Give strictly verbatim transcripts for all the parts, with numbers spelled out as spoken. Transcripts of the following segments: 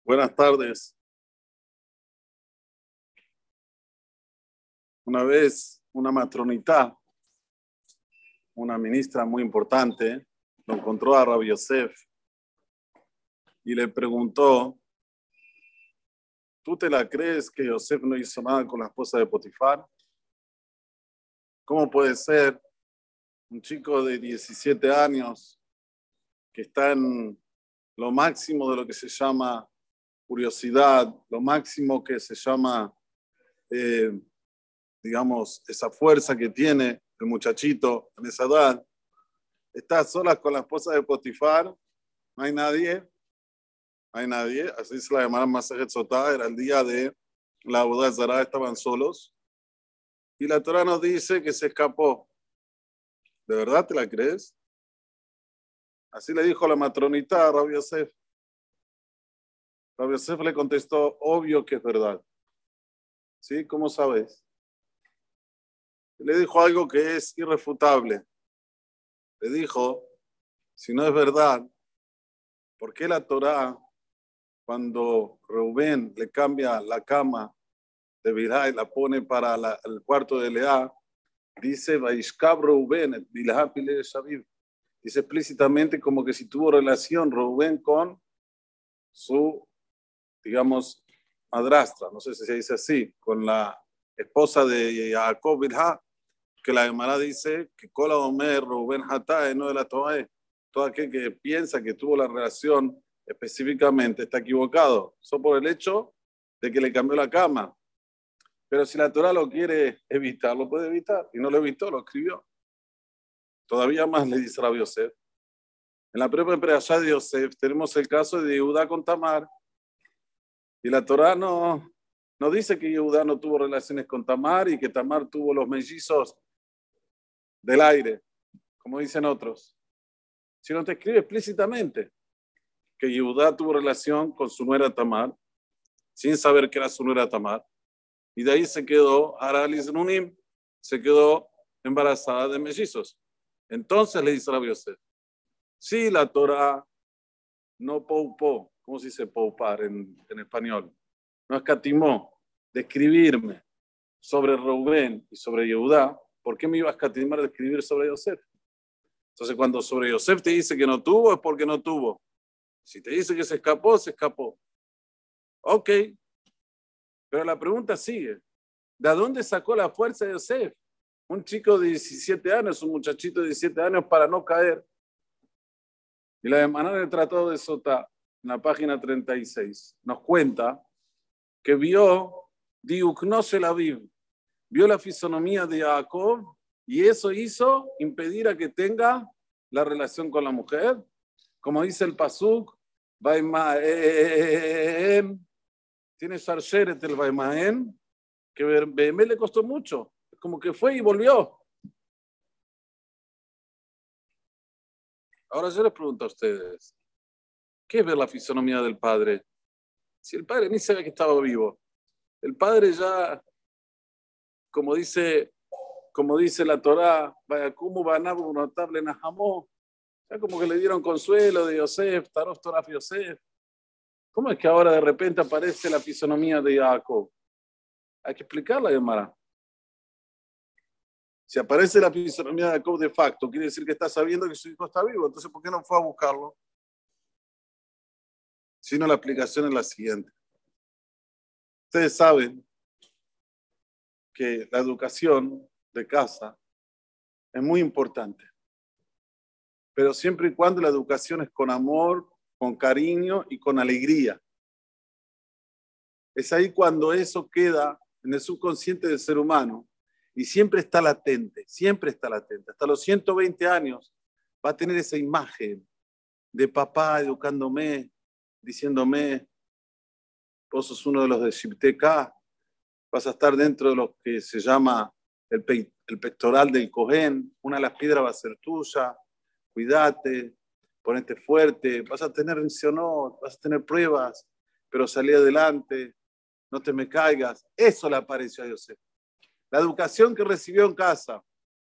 Buenas tardes. Una vez una matronita, una ministra muy importante, lo encontró a Rabbi Yosef y le preguntó: ¿tú te la crees que Yosef no hizo nada con la esposa de Potifar? ¿Cómo puede ser un chico de diecisiete años que está en lo máximo de lo que se llama curiosidad, lo máximo que se llama, eh, digamos, esa fuerza que tiene el muchachito en esa edad, está sola con la esposa de Potifar, no hay nadie, no hay nadie, así se la llamaban Masejet Sotá, era el día de la boda Zará, estaban solos, y la Torah nos dice que se escapó. ¿De verdad te la crees? Así le dijo la matronita a Rabbi Yosef. Rabbi Yosef le contestó: obvio que es verdad. ¿Sí? ¿Cómo sabes? Le dijo algo que es irrefutable. Le dijo: si no es verdad, ¿por qué la Torah, cuando Reubén le cambia la cama de Bilhá y la pone para la, el cuarto de Lea, dice Vaishkab Reubén et Bilhá Pile Shaviv? Dice explícitamente como que si tuvo relación Reubén con su, digamos, madrastra, no sé si se dice así, con la esposa de Jacob Bilhá, que la Gemara dice que Kola Omer Reubén Hatá no de la Torah. Todo aquel que piensa que tuvo la relación específicamente está equivocado, solo por el hecho de que le cambió la cama. Pero si la Torah lo quiere evitar, lo puede evitar. Y no lo evitó, lo escribió. Todavía más le dice Rabbi Yosef. En la propia Perashá de Yosef tenemos el caso de Yehudá con Tamar. Y la Torah no, no dice que Yehudá no tuvo relaciones con Tamar y que Tamar tuvo los mellizos del aire, como dicen otros. Sino te escribe explícitamente que Yehudá tuvo relación con su nuera Tamar, sin saber que era su nuera Tamar. Y de ahí se quedó, Aralis Nunim, se quedó embarazada de mellizos. Entonces le dice a Rabbi Yosef: sí, la Torah no poupó, ¿cómo se dice poupar en, en español? No escatimó de escribirme sobre Reubén y sobre Yehudá. ¿Por qué me iba a escatimar de escribir sobre Yosef? Entonces, cuando sobre Yosef te dice que no tuvo, es porque no tuvo. Si te dice que se escapó, se escapó. Ok, pero la pregunta sigue: ¿de dónde sacó la fuerza de Yosef? Un chico de diecisiete años, un muchachito de diecisiete años, para no caer. Y la Gemara del Tratado de Sotá, en la página treinta y seis, nos cuenta que vio Diuknose la Bib, vio la fisonomía de Jacob, y eso hizo impedir a que tenga la relación con la mujer. Como dice el Pasuk, Vaimaen, tiene Sharsheret el Vaimaen, que Behemé le costó mucho, como que fue y volvió. Ahora yo les pregunto a ustedes: ¿qué es ver la fisonomía del padre? Si el padre ni sabe que estaba vivo. El padre ya, como dice, como dice la Torá, vaya como banabu notable najamó, ya como que le dieron consuelo de Yosef, Tarof Toraf Yosef. ¿Cómo es que ahora de repente aparece la fisonomía de Jacob? Hay que explicarla, Gemara. Si aparece la fisonomía de Jacob de facto, quiere decir que está sabiendo que su hijo está vivo. Entonces, ¿por qué no fue a buscarlo? Sino la explicación es la siguiente. Ustedes saben que la educación de casa es muy importante, pero siempre y cuando la educación es con amor, con cariño y con alegría. Es ahí cuando eso queda en el subconsciente del ser humano y siempre está latente, siempre está latente. Hasta los ciento veinte años va a tener esa imagen de papá educándome, diciéndome: vos sos uno de los de Shibteca, vas a estar dentro de lo que se llama el, pe el pectoral del Cohen, una de las piedras va a ser tuya, cuídate, ponete fuerte, vas a tener no, vas a tener pruebas, pero salí adelante, no te me caigas. Eso le apareció a Yosef. La educación que recibió en casa,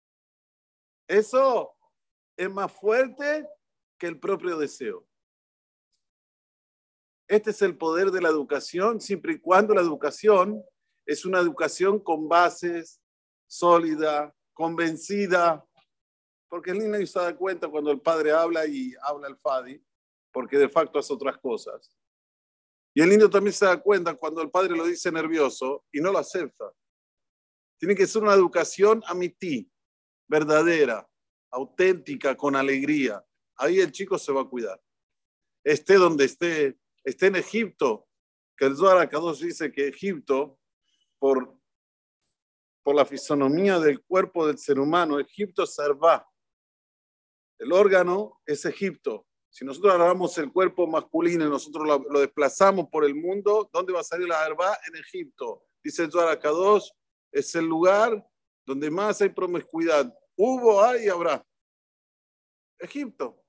eso es más fuerte que el propio deseo. Este es el poder de la educación, siempre y cuando la educación es una educación con bases, sólida, convencida, porque el niño se da cuenta cuando el padre habla y habla el Fadi, porque de facto hace otras cosas. Y el niño también se da cuenta cuando el padre lo dice nervioso y no lo acepta. Tiene que ser una educación amití, verdadera, auténtica, con alegría. Ahí el chico se va a cuidar. Esté donde esté, esté en Egipto, que el Zohar HaKadosh dice que Egipto, por, por la fisonomía del cuerpo del ser humano, Egipto es Sarvá. El órgano es Egipto. Si nosotros agarramos el cuerpo masculino y nosotros lo, lo desplazamos por el mundo, ¿dónde va a salir la Sarvá? En Egipto. Dice el Zohar HaKadosh, es el lugar donde más hay promiscuidad. Hubo, hay y habrá. Egipto.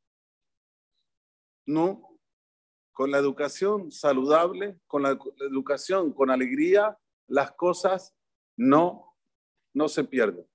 No. Con la educación saludable, con la, la educación con alegría, las cosas no, no se pierden.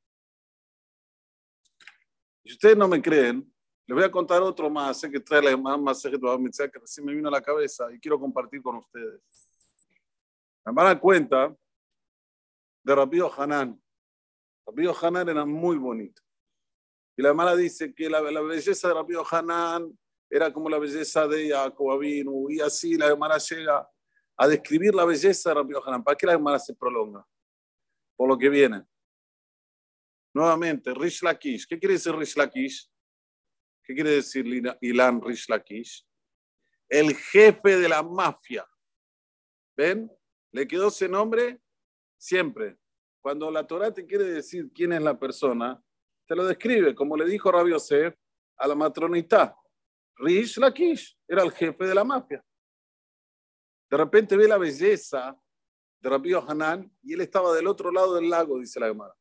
Si ustedes no me creen, les voy a contar otro más, sé que trae la más que recién me vino a la cabeza y quiero compartir con ustedes. Me van a cuenta de Rabbi Yohanan. Rabbi Yohanan era muy bonito. Y la hermana dice que la, la belleza de Rabbi Yohanan era como la belleza de Jacob Avinu, y así la hermana llega a describir la belleza de Rabbi Yohanan. ¿Para qué la hermana se prolonga? Por lo que viene. Nuevamente, Rish Lakish. ¿Qué quiere decir Rish Lakish? ¿Qué quiere decir Ilan Rish Lakish? El jefe de la mafia. ¿Ven? Le quedó ese nombre siempre. Cuando la Torah te quiere decir quién es la persona, te lo describe, como le dijo Rabbi Yosef a la matronita. Rish Lakish era el jefe de la mafia. De repente ve la belleza de Rabbi Yohanan y él estaba del otro lado del lago, dice la Gemara.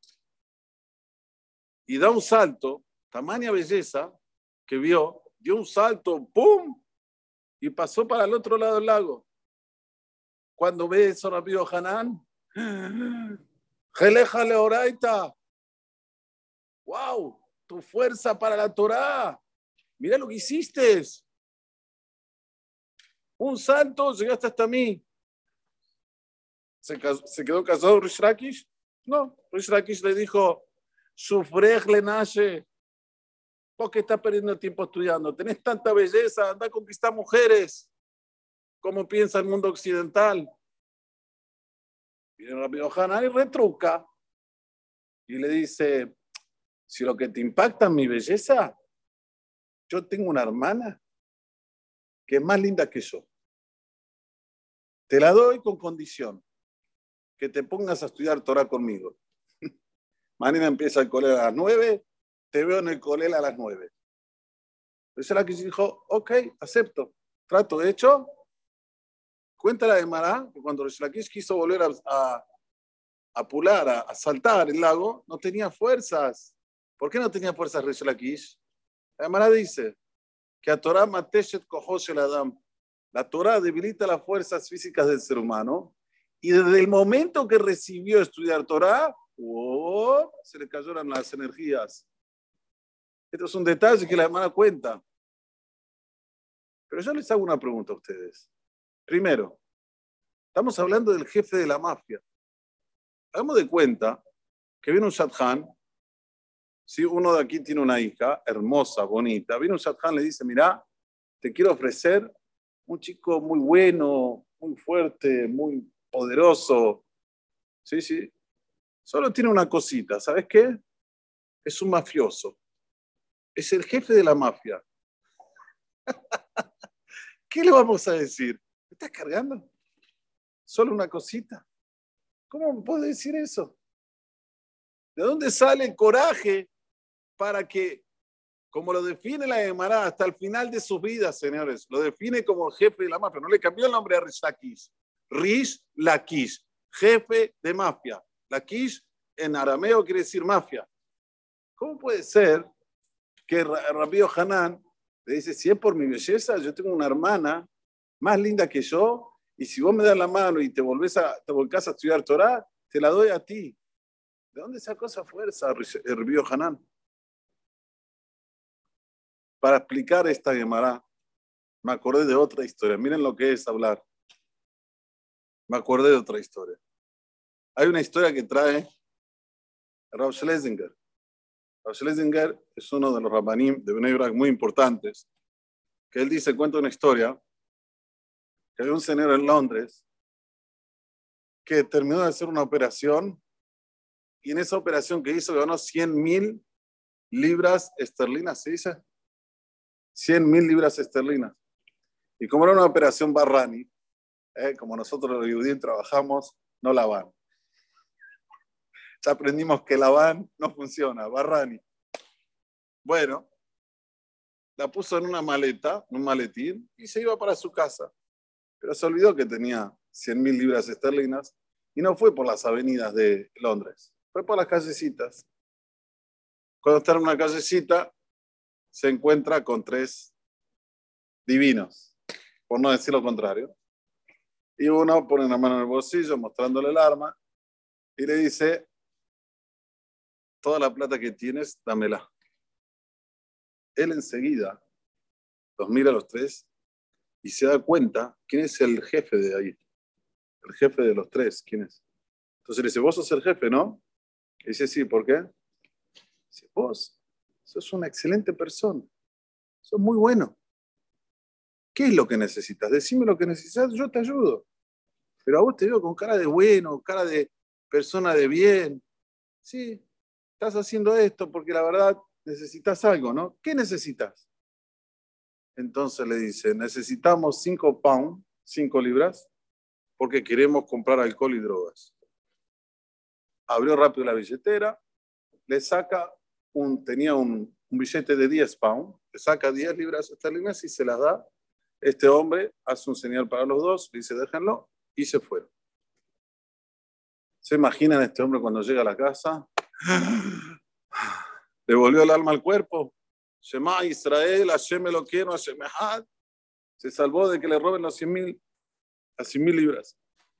Y da un salto, tamaña belleza que vio, dio un salto, ¡pum! Y pasó para el otro lado del lago. Cuando ve eso Rabbi Yohanan, ¡Jelejale oraita! ¡Wow! Tu fuerza para la Torá. Mira lo que hiciste. Un salto, llegaste hasta mí. ¿Se, se quedó casado Rish Lakish? No. Rish Lakish le dijo, Sufrej le nace. ¿Por qué estás perdiendo tiempo estudiando? Tenés tanta belleza, anda a conquistar mujeres. ¿Cómo piensa el mundo occidental? Viene Rabbi Yohanan y retruca. Y le dice, si lo que te impacta es mi belleza, yo tengo una hermana que es más linda que yo. Te la doy con condición que te pongas a estudiar Torah conmigo. Mañana empieza el colel a las nueve, te veo en el colel a las nueve. Entonces la que dijo, ok, acepto. Trato hecho. Cuenta la de Mará que cuando Rish Lakish quiso volver a, a, a pular, a, a saltar el lago, no tenía fuerzas. ¿Por qué no tenía fuerzas Rish Lakish? La Mará dice que a Torah mateshet kohosh el Adam. La Torah debilita las fuerzas físicas del ser humano y desde el momento que recibió estudiar Torah, oh, se le cayeron las energías. Esto es un detalle que la hermana cuenta. Pero yo les hago una pregunta a ustedes. Primero, estamos hablando del jefe de la mafia. Hagamos de cuenta que viene un Shadchan, si uno de aquí tiene una hija hermosa, bonita, viene un Shadchan y le dice, mira, te quiero ofrecer un chico muy bueno, muy fuerte, muy poderoso. Sí, sí. Solo tiene una cosita, ¿sabes qué? Es un mafioso. Es el jefe de la mafia. ¿Qué le vamos a decir? ¿Me estás cargando? Solo una cosita. ¿Cómo puedo decir eso? ¿De dónde sale el coraje para que, como lo define la Gemara hasta el final de sus vidas, señores, lo define como el jefe de la mafia? No le cambió el nombre a Rish Lakish. Rish Lakish, jefe de mafia. Lakish en arameo quiere decir mafia. ¿Cómo puede ser que Rabbi Yohanan le dice, si es por mi belleza, yo tengo una hermana más linda que yo, y si vos me das la mano y te volvés a, te volcás a estudiar Torah, te la doy a ti? ¿De dónde sacó esa fuerza Rabbi Yohanan para explicar esta Gemara? me acordé de otra historia. Miren lo que es hablar. Me acordé de otra historia. Hay una historia que trae Rav Schlesinger. Rav Schlesinger es uno de los rabanim de Bnei Brak muy importantes, que él dice, cuenta una historia, que había un señor en Londres que terminó de hacer una operación y en esa operación que hizo ganó cien mil libras esterlinas, ¿se dice? cien mil libras esterlinas. Y como era una operación Barrani, eh, como nosotros los judíos trabajamos, no la van. Ya aprendimos que la van no funciona, Barrani. Bueno, la puso en una maleta, un maletín, y se iba para su casa. Pero se olvidó que tenía cien mil libras esterlinas y no fue por las avenidas de Londres, fue por las callecitas. Cuando está en una callecita, se encuentra con tres divinos, por no decir lo contrario. Y uno pone la mano en el bolsillo mostrándole el arma y le dice, toda la plata que tienes, dámela. Él enseguida los mira a los tres y se da cuenta quién es el jefe de ahí. El jefe de los tres, ¿quién es? Entonces le dice, vos sos el jefe, ¿no? Y dice, sí, ¿por qué? Dice, vos sos una excelente persona. Sos muy bueno. ¿Qué es lo que necesitas? Decime lo que necesitas, yo te ayudo. Pero a vos te veo con cara de bueno, cara de persona de bien. Sí, estás haciendo esto porque la verdad necesitas algo, ¿no? ¿Qué necesitas? Entonces le dice, necesitamos cinco pounds, cinco libras, porque queremos comprar alcohol y drogas. Abrió rápido la billetera, le saca un, tenía un, un billete de diez pounds, le saca diez libras esterlinas y se las da. Este hombre hace un señal para los dos, le dice, déjenlo, y se fueron. ¿Se imaginan este hombre cuando llega a la casa? Le volvió el alma al cuerpo. Shema Israel, Hashem me lo quiero, Hashem Echad. Se salvó de que le roben los cien mil, las cien mil libras.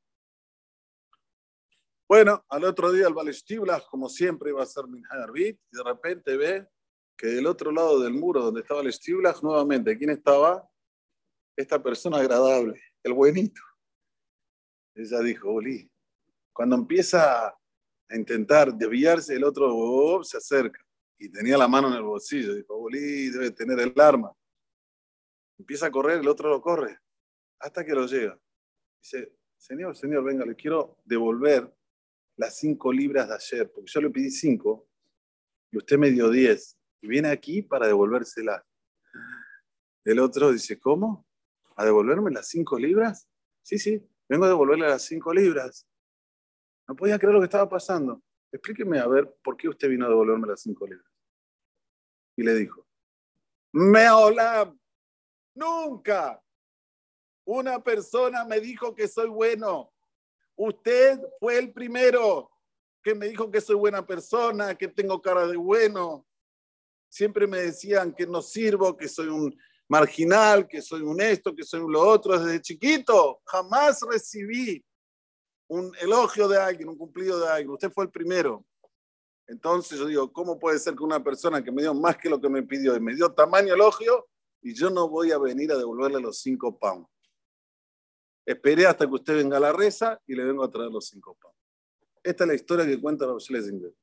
Bueno, al otro día el Balestiblas, como siempre, iba a ser Minhag Arbit, y de repente ve que del otro lado del muro donde estaba el Balestiblas, nuevamente, ¿quién estaba? Esta persona agradable, el buenito. Ella dijo, Oli, cuando empieza a intentar desviarse, el otro oh, se acerca y tenía la mano en el bolsillo. Dijo, Oli, debe tener el arma. Empieza a correr, el otro lo corre, hasta que lo llega. Dice, señor, señor, venga, le quiero devolver las cinco libras de ayer, porque yo le pedí cinco y usted me dio diez. Y viene aquí para devolvérselas. El otro dice, ¿cómo? ¿A devolverme las cinco libras? Sí, sí, vengo a devolverle las cinco libras. No podía creer lo que estaba pasando. Explíqueme a ver por qué usted vino a devolverme las cinco libras. Y le dijo, Meolam, nunca una persona me dijo que soy bueno. Usted fue el primero que me dijo que soy buena persona, que tengo cara de bueno. Siempre me decían que no sirvo, que soy un marginal, que soy un esto, que soy un lo otro. Desde chiquito jamás recibí un elogio de alguien, un cumplido de alguien. Usted fue el primero. Entonces yo digo, ¿cómo puede ser que una persona que me dio más que lo que me pidió y me dio tamaño elogio y yo no voy a venir a devolverle los cinco pounds? Esperé hasta que usted venga a la reza y le vengo a traer los cinco pounds. Esta es la historia que cuenta Rav Schlesinger.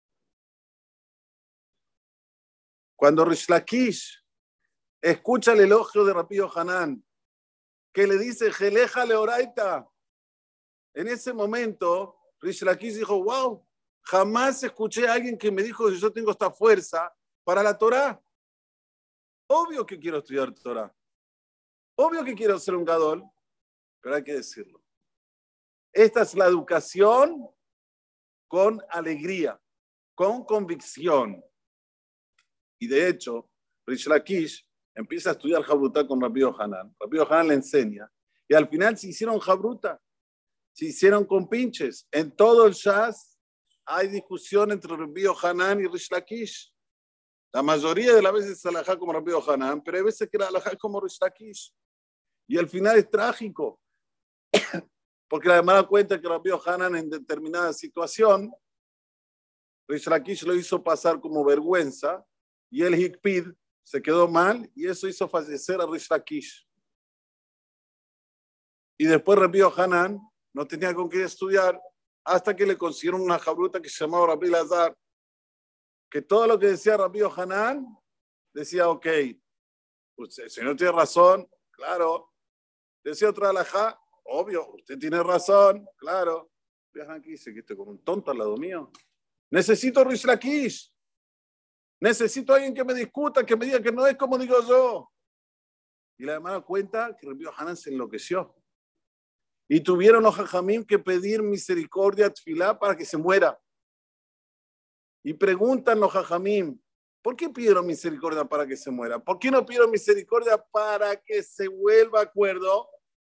Cuando Rish Lakish escucha el elogio de Rabbi Yohanan, que le dice, Jeleja Leoraita, en ese momento, Rish Lakish dijo, wow, jamás escuché a alguien que me dijo que yo tengo esta fuerza para la Torá. Obvio que quiero estudiar Torá. Obvio que quiero ser un gadol, pero hay que decirlo. Esta es la educación con alegría, con convicción. Y de hecho, Rish Lakish empieza a estudiar Jabrutá con Rabbi Yohanan. Rabbi Yohanan le enseña. Y al final se hicieron Jabruta. Se hicieron con pinches. En todo el Shas hay discusión entre Rabbi Yohanan y Rish Lakish. La mayoría de las veces es alajá como Rabbi Yohanan, pero hay veces que la alajá es como Rish Lakish. Y al final es trágico. Porque la Gemara cuenta que Rabbi Yohanan en determinada situación, Rish Lakish lo hizo pasar como vergüenza y el Hikpid se quedó mal y eso hizo fallecer a Rish Lakish. Y después Rabbi Yohanan no tenía con qué estudiar hasta que le consiguieron una jabruta que se llamaba Rabbi Lazar, que todo lo que decía Rabbi Yohanan decía, ok, usted, el señor tiene razón, claro. Decía otra alajá, obvio, usted tiene razón, claro. Viajan aquí, dice que estoy con un tonto al lado mío. Necesito Rish Lakish. Necesito a alguien que me discuta, que me diga que no es como digo yo. Y la hermana cuenta que Rabbi Yohanan se enloqueció. Y tuvieron los jajamim que pedir misericordia a Tfilá para que se muera. Y preguntan los jajamim, ¿por qué pidieron misericordia para que se muera? ¿Por qué no pidieron misericordia para que se vuelva a acuerdo?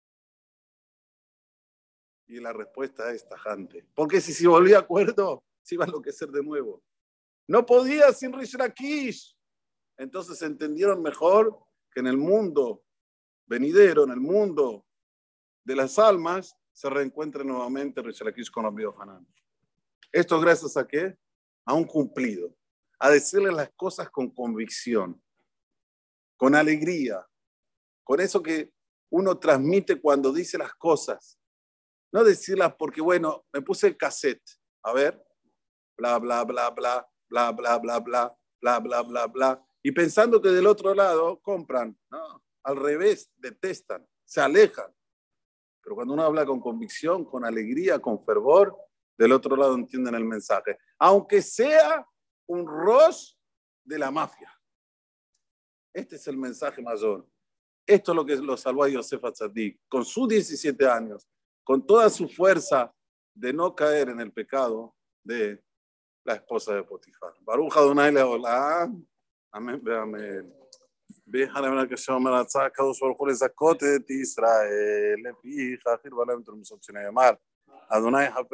Y la respuesta es tajante. Porque si se volvía a acuerdo, se iba a enloquecer de nuevo. No podía sin Rish Lakish. Entonces entendieron mejor que en el mundo venidero, en el mundo de las almas, se reencuentre nuevamente Rish Lakish con Rabbi Yohanan. ¿Esto gracias a qué? A un cumplido. A decirle las cosas con convicción, con alegría, con eso que uno transmite cuando dice las cosas. No decirlas porque, bueno, me puse el cassette, a ver, bla, bla, bla, bla, bla, bla, bla, bla, bla, bla, bla, bla, y pensando que del otro lado compran. No, al revés, detestan, se alejan. Pero cuando uno habla con convicción, con alegría, con fervor, del otro lado entienden el mensaje. Aunque sea un Rosh de la mafia. Este es el mensaje mayor. Esto es lo que lo salvó a Yosef Atzadik. Con sus diecisiete años, con toda su fuerza de no caer en el pecado de la esposa de Potifar. Baruch Adonai Leolam. Amén, amén. Déjame ver que se llama la tzaka, dos por cuales zacote de Israel. Le pija, firma la introducción de Yamar. Adonai